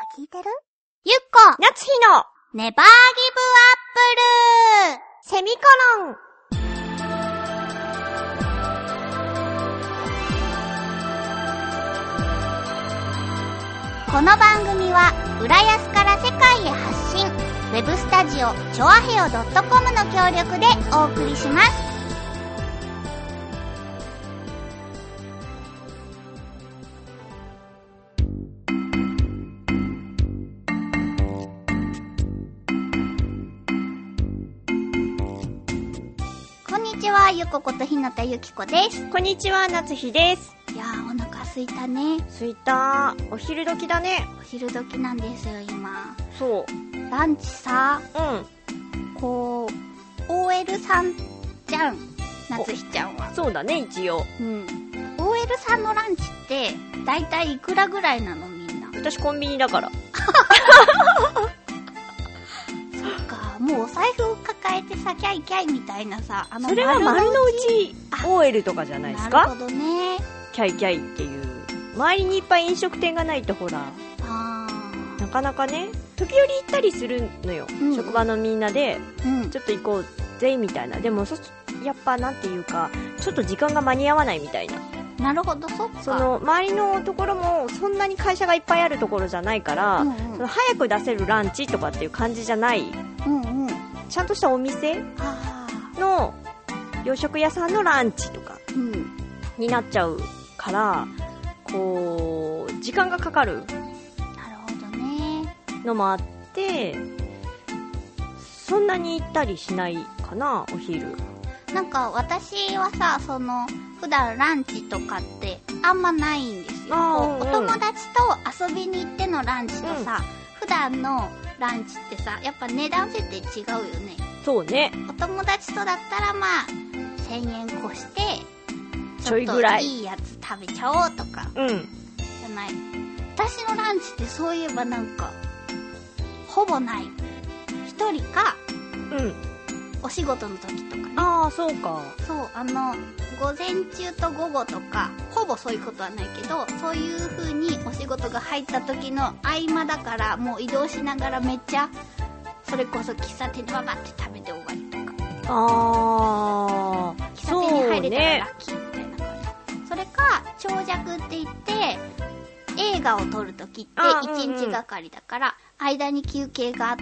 聞いてる？ゆっこ夏日のネバーギブアップルセミコロン。 この番組は浦安から世界へ発信、ウェブスタジオチョアヘオ .com の協力でお送りします。こんにちは、ゆこことひなたゆきこです。 こんにちは、夏日です。 いやー、お腹すいたね。 すいた。お昼時だね。 お昼時なんですよ、今。 そう。 ランチさ、こう、OL さんじゃん、夏日ちゃんは。 そうだね、一応。 OL さんのランチって、だいたいいくらぐらいなの、みんな。 私コンビニだから。 そっか、もうお財布抱えてさ、キャイキャイみたいなさ、 それは丸の内 OL とかじゃないですか？ なるほどね。 キャイキャイっていう。周りにいっぱい飲食店がないとほら、なかなかね、時折行ったりするのよ。職場のみんなで、ちょっと行こうぜ、みたいな。でもやっぱなんていうか、ちょっと時間が間に合わないみたいな。 なるほど、そっか。 その周りのところもそんなに会社がいっぱいあるところじゃないから、その早く出せるランチとかっていう感じじゃない、ちゃんとしたお店の洋食屋さんのランチとかになっちゃうから、こう時間がかかるのもあって、そんなに行ったりしないかな、お昼。 なんか私はさ、その普段ランチとかってあんまないんですよ。お友達と遊びに行ってのランチとさ、普段のランチってさ、やっぱ値段設定違うよね。 そうね。 お友達とだったらまあ1000円越してちょいぐらいいいやつ食べちゃおうとか、じゃない。私のランチってそういえばなんかほぼない。一人か、お仕事の時とかね。 ああ、そうか。 そう、午前中と午後とか、ほぼそういうことはないけど、そういう風にお仕事が入った時の合間だから、もう移動しながらめっちゃ、それこそ喫茶店でババって食べて終わりとか。喫茶店に入れたらラッキーみたいな感じ。それか、長尺って言って、映画を撮る時って1日がかりだから、間に休憩があって、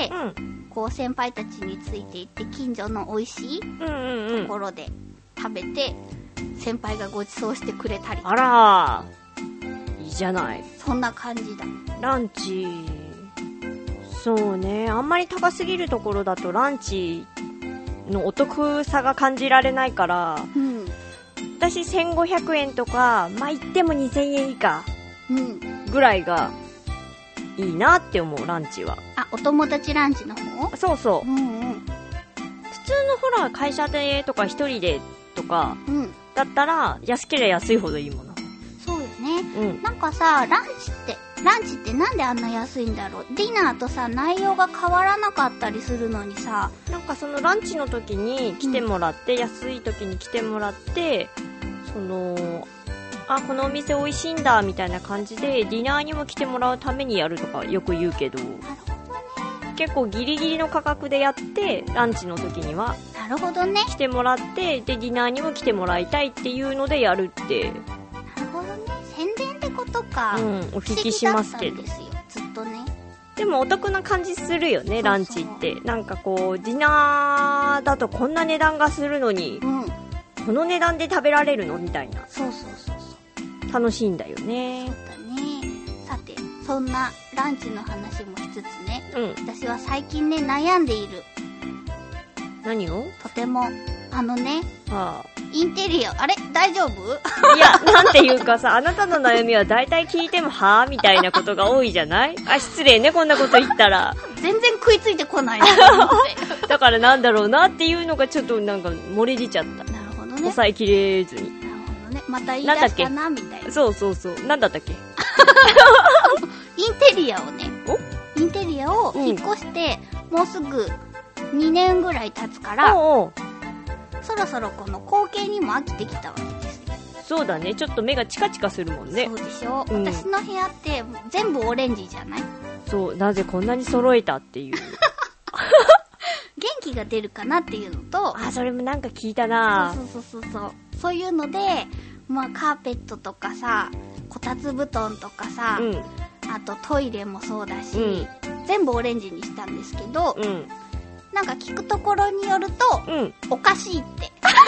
こう先輩たちについていって近所の美味しいところで食べて、先輩がご馳走してくれたり。 あらー、いいじゃない。 そんな感じだ。 ランチ、そうね、あんまり高すぎるところだとランチのお得さが感じられないから、私1500円とか、まあ言っても2000円以下ぐらいがいいなって思う、ランチは。 あ、お友達ランチの方？ そうそう。普通のほら、会社でとか一人でとか、だったら、安ければ安いほどいいもの。 そうよね。なんかさ、ランチってなんであんな安いんだろう。ディナーとさ、内容が変わらなかったりするのにさ。 なんかそのランチの時に来てもらって、安い時に来てもらって、このお店美味しいんだみたいな感じでディナーにも来てもらうためにやるとかよく言うけど、結構ギリギリの価格でやってランチの時にはなるほどね、 来てもらって、でディナーにも来てもらいたいっていうのでやるって。 なるほどね、宣伝ってことか。 お聞きしますけど、 不思議だったんですよ、ずっとね。 でもお得な感じするよね、ランチって。なんかこうディナーだとこんな値段がするのに、この値段で食べられるのみたいな。 そう楽しいんだよね。 そうだね。さて、そんなランチの話もしつつね、私は最近ね、悩んでいる。 何を？ とても、インテリア、あれ大丈夫？ いや、なんていうかさ、あなたの悩みは大体聞いてもはぁみたいなことが多いじゃない？あ、失礼ね、こんなこと言ったら。 全然食いついてこないなと思って。 だからなんだろうなっていうのがちょっとなんか漏れ出ちゃった。 なるほどね。 抑えきれずに。 また言い出したなみたいな。 そう。なんだったっけ？ インテリアをね。インテリアを引っ越して、もうすぐ2年ぐらい経つから、そろそろこの光景にも飽きてきたわけですよ。 そうだね、ちょっと目がチカチカするもんね。 そうでしょ、私の部屋って全部オレンジじゃない？ そう、なぜこんなに揃えたっていう。元気が出るかなっていうのと、 それもなんか聞いたな。 そういうので、まあカーペットとかさ、こたつ布団とかさ、あとトイレもそうだし、全部オレンジにしたんですけど、なんか聞くところによると、おかしいって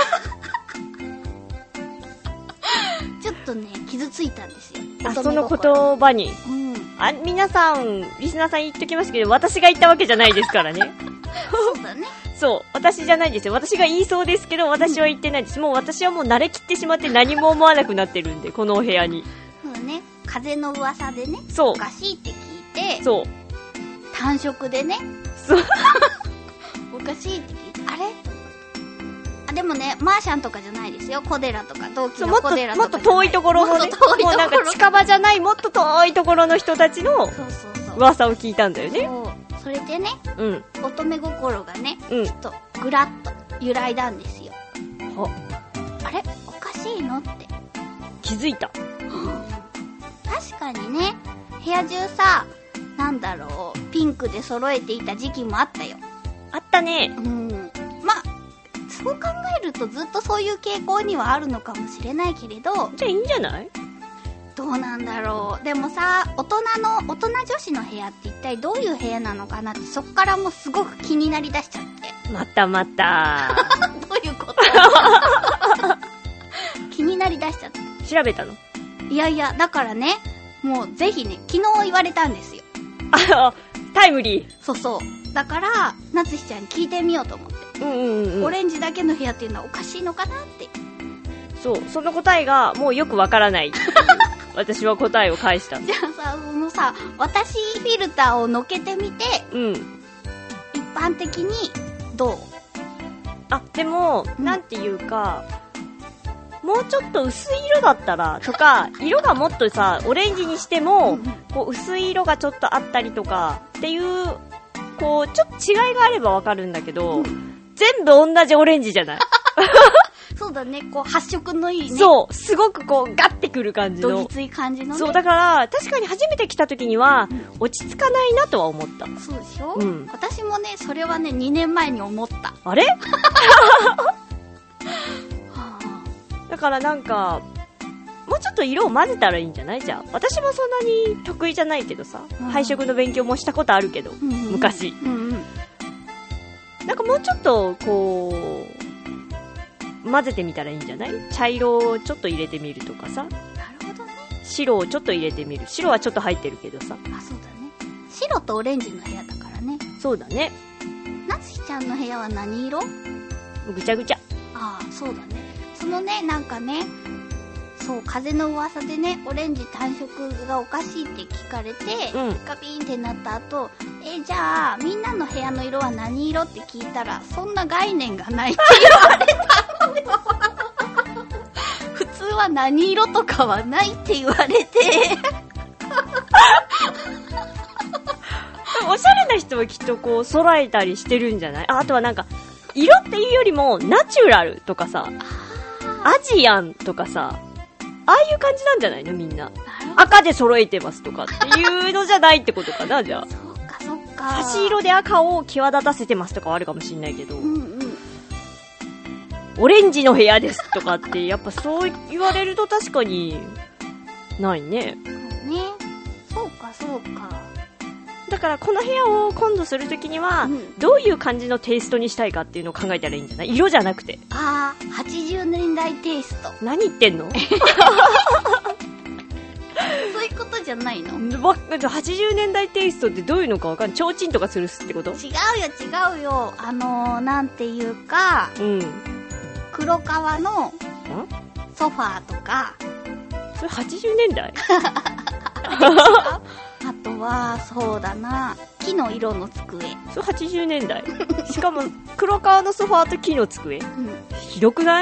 ちょっとね傷ついたんですよ。 その言葉に、皆さんリスナーさん言っときますけど、私が言ったわけじゃないですからね。 そうだね。 そう、私じゃないですよ。私が言いそうですけど、私は言ってないです。私はもう慣れきってしまって何も思わなくなってるんで、このお部屋に。 そうね、風の噂でね、 そうおかしいって聞いて、 そう単色でね、 そうおかしいって聞いて、あれ？でもね、マーシャンとかじゃないですよ。小寺とか同期の小寺とかもっと遠いところのね、もうなんか近場じゃないもっと遠いところの人たちの噂を聞いたんだよね。 それでね、乙女心がね、ちょっとぐらっと揺らいだんですよ。あれおかしいのって気づいた。 確かにね、部屋中さ、なんだろう、ピンクで揃えていた時期もあったよ。 あったね。 まあそう考えるとずっとそういう傾向にはあるのかもしれないけれど、 じゃあいいんじゃない？ どうなんだろう。でもさ、大人女子の部屋って一体どういう部屋なのかなって、そっからもうすごく気になりだしちゃって。 またまたどういうこと？気になりだしちゃった。 調べたの？ いやいや、だからね、もうぜひね、昨日言われたんですよ。 タイムリー。 そうだからなつひちゃんに聞いてみようと思って、オレンジだけの部屋っていうのはおかしいのかなって。 その答えがもうよくわからない私は答えを返した。 じゃあさ、私フィルターをのけてみて、一般的にどう？ でも、なんていうか、もうちょっと薄い色だったらとか、色がもっとさオレンジにしてもこう薄い色がちょっとあったりとかっていう、こうちょっと違いがあればわかるんだけど、全部同じオレンジじゃない？ そうだね、こう発色のいいね。 そう、すごくこうガッてくる感じの、 どぎつい感じのね。 そうだから確かに初めて来た時には落ち着かないなとは思った。 そうでしょ？私もね、それはね2年前に思った。 あれ？だからなんかもうちょっと色を混ぜたらいいんじゃない？じゃあ私もそんなに得意じゃないけどさ、配色の勉強もしたことあるけど、昔、なんかもうちょっとこう混ぜてみたらいいんじゃない？茶色をちょっと入れてみるとかさ。なるほどね。 白をちょっと入れてみる。白はちょっと入ってるけどさ。 そうだね。白とオレンジの部屋だからね。 そうだね。 なつひちゃんの部屋は何色？ ぐちゃぐちゃ。 そうだね。そのね、なんかね、そう、風の噂でね、オレンジ単色がおかしいって聞かれて、ガビーンってなった後、じゃあみんなの部屋の色は何色って聞いたら、そんな概念がないって言われたのよ。普通は何色とかはないって言われて。 おしゃれな人はきっとこう揃えたりしてるんじゃない？あとはなんか色っていうよりもナチュラルとかさ、アジアンとかさ、ああいう感じなんじゃないの？みんな赤で揃えてますとかっていうのじゃないってことかな。じゃあそっか差し色で赤を際立たせてますとかはあるかもしんないけど、オレンジの部屋ですとかってやっぱそう言われると確かにないね。 そうかだからこの部屋を今度するときには、どういう感じのテイストにしたいかっていうのを考えたらいいんじゃない？色じゃなくて。 80年代テイスト。 何言ってんの？ そういうことじゃないの ？80年代テイストってどういうのかわかんない。提灯とかするってこと？ 違うよ。なんていうか、黒革のソファーとか。 それ80年代？ あとはそうだな、木の色の机。 そう80年代。しかも黒革のソファーと木の机。ひどくない？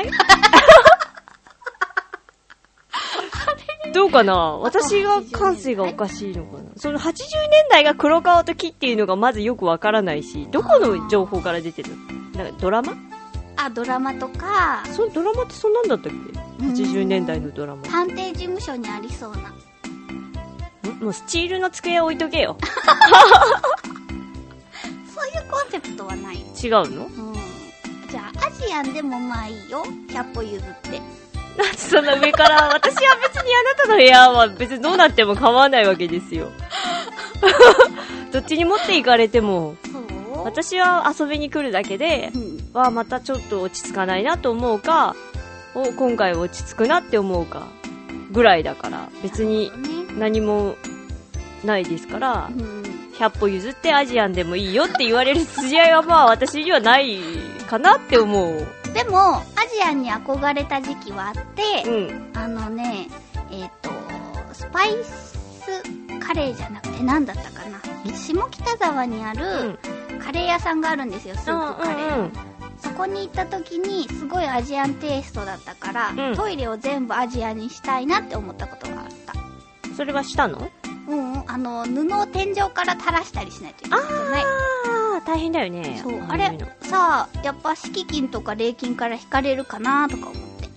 どうかな？私が感性がおかしいのかな？その80年代が黒革と木っていうのがまずよくわからないし、どこの情報から出てるの？なんかドラマ？ ドラマとか。 ドラマってそんなんだったっけ？ 80年代のドラマ。 探偵事務所にありそうな。 もうスチールの机置いとけよ。 そういうコンセプトはない。 違うの？ じゃあアジアンでもまあいいよ、100歩譲って。 なんでそんな上から私は別にあなたの部屋は別にどうなっても構わないわけですよ。どっちに持っていかれても。私は遊びに来るだけで、またちょっと落ち着かないなと思うか、今回落ち着くなって思うかぐらいだから、別に何もないですから、100歩譲ってアジアンでもいいよって言われる筋合いは私にはないかなって思う。 でもアジアンに憧れた時期はあって、スパイスカレーじゃなくて何だったかな、下北沢にあるカレー屋さんがあるんですよ、スープカレー。そこに行った時にすごいアジアンテイストだったから、トイレを全部アジアンにしたいなって思ったことがあった。 それはしたの？ 布を天井から垂らしたりしないといけないじゃない。 大変だよね。 そう、あれさあ、やっぱ敷金とか礼金から引かれるかなとか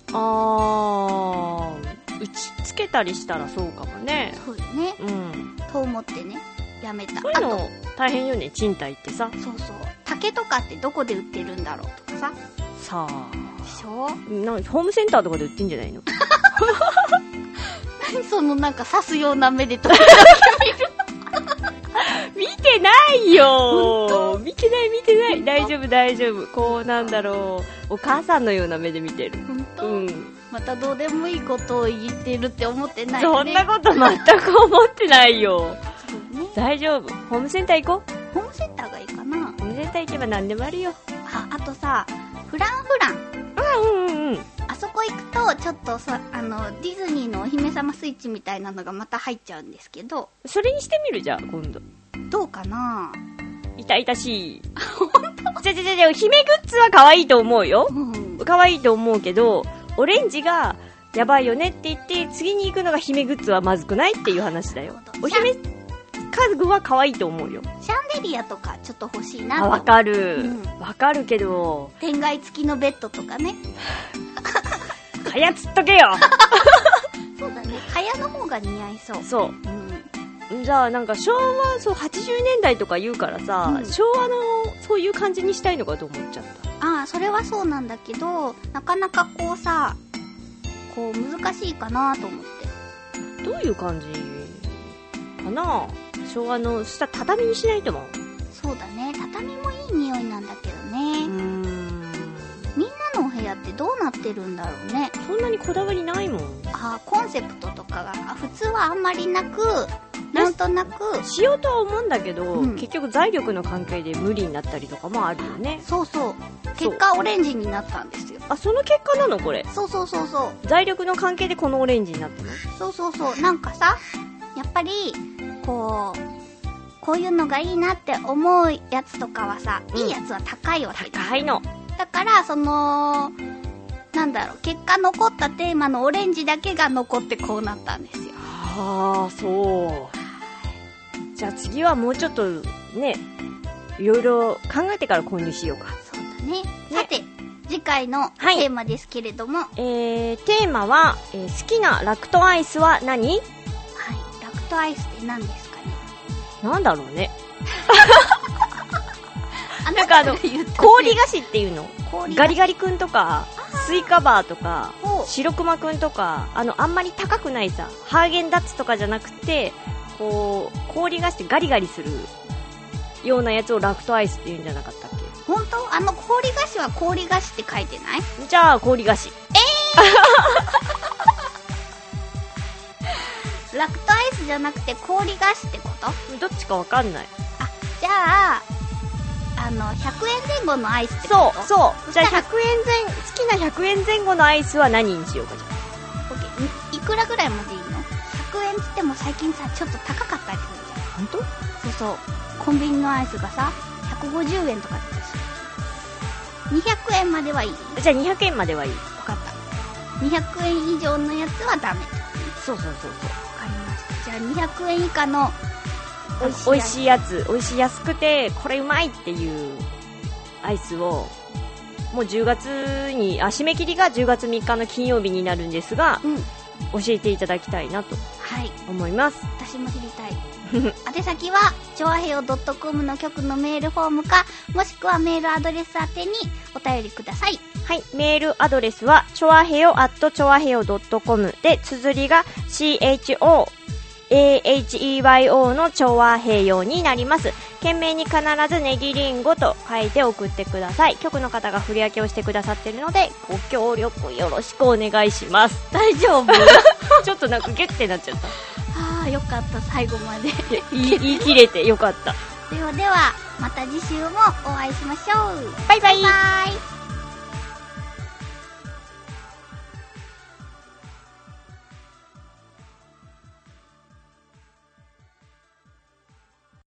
思って。 打ちつけたりしたらそうかもね。 そうよね。と思ってね、やめた。 そういうの大変よね、賃貸ってさ。 そうそう。竹とかってどこで売ってるんだろうとかさ。 さあ。 でしょ？ ホームセンターとかで売ってんじゃないの？ 何そのなんか刺すような目で時々 見る。見てないよ。見てない。大丈夫。こうなんだろう。お母さんのような目で見てる。 本当？またどうでもいいことを言ってるって思ってないね。 そんなこと全く思ってないよ。そうね。大丈夫。ホームセンター行こう。 ホームセンターがいいかな。 ホームセンター行けば何でもあるよ。 あとさ、フラン。あそこ行くとちょっとディズニーのお姫様スイッチみたいなのがまた入っちゃうんですけど。 それにしてみるじゃん、今度。 どうかな。 痛々しい。本当？じゃ、姫グッズは可愛いと思うよ。可愛いと思うけど、オレンジがやばいよねって言って次に行くのが姫グッズはまずくないっていう話だよ。お姫家具は可愛いと思うよ。 シャンデリアとかちょっと欲しいなって。 わかる、わかるけど、 天蓋付きのベッドとかね。 かやつっとけよ。 そうだね、かやの方が似合いそう。 そう、じゃあなんか昭和80年代とか言うからさ、昭和のそういう感じにしたいのかと思っちゃった。 それはそうなんだけど、なかなか難しいかなと思って。 どういう感じかな。昭和の下畳にしないとも。 そうだね、畳もいい匂いなんだけどね。みんなのお部屋ってどうなってるんだろうね。 そんなにこだわりないもん。 コンセプトとかが普通はあんまりなく、なんとなくしようとは思うんだけど、結局財力の関係で無理になったりとかもあるよね。 そうそう、結果オレンジになったんですよ。 その結果なのこれ。 そう。 財力の関係でこのオレンジになったの。 そう。なんかさ、やっぱりこういうのがいいなって思うやつとかはさ、いいやつは高いわけだ。 高いの。 だからなんだろう、結果残ったテーマのオレンジだけが残ってこうなったんですよ。 そう。じゃあ次はもうちょっとね、いろいろ考えてから購入しようか。 そうだね。さて、次回のテーマですけれども、 テーマは、好きなラクトアイスは何？はい、 ラクトアイスって何ですかね。 なんだろうね。なんか氷菓子っていうの？ガリガリくんとか、スイカバーとか、白熊くんとか、あんまり高くないさ、ハーゲンダッツとかじゃなくて、氷菓子ってガリガリするようなやつをラクトアイスって言うんじゃなかったっけ？ 本当？氷菓子は氷菓子って書いてない？ じゃあ氷菓子。 ラクトアイスじゃなくて氷菓子ってこと？ どっちかわかんない。 じゃあ100円前後のアイスってこと？ そう。じゃあ好きな100円前後のアイスは何にしようか。じゃあいくらぐらいまでいいの？100円って言っても最近さ、ちょっと高かったりするじゃん。 本当？ そう。コンビニのアイスがさ、150円とかってさ、200円まではいい？ じゃあ200円まではいい。 分かった。200円以上のやつはダメ。 そう。 分かりました。じゃあ200円以下の美味しいやつ、美味しい安くてこれうまいっていうアイスをもう10月に締め切りが10月3日の金曜日になるんですが、教えていただきたいなと思います。 私も知りたい。宛先はちょわへよ .com の局のメールフォームか、もしくはメールアドレス宛てにお便りください。 はい、メールアドレスはちょわへよ @choaheyo .com で、綴りが CHOAHEYO のちょわへよになります。懸命に必ずネギリンゴと書いて送ってください。局の方が振り分けをしてくださっているので、ご協力よろしくお願いします。 大丈夫？ ちょっとなんかギュッてなっちゃった。 よかった、最後まで言い切れてよかった。 ではまた次週もお会いしましょう。 バイバイ。 バイバイ。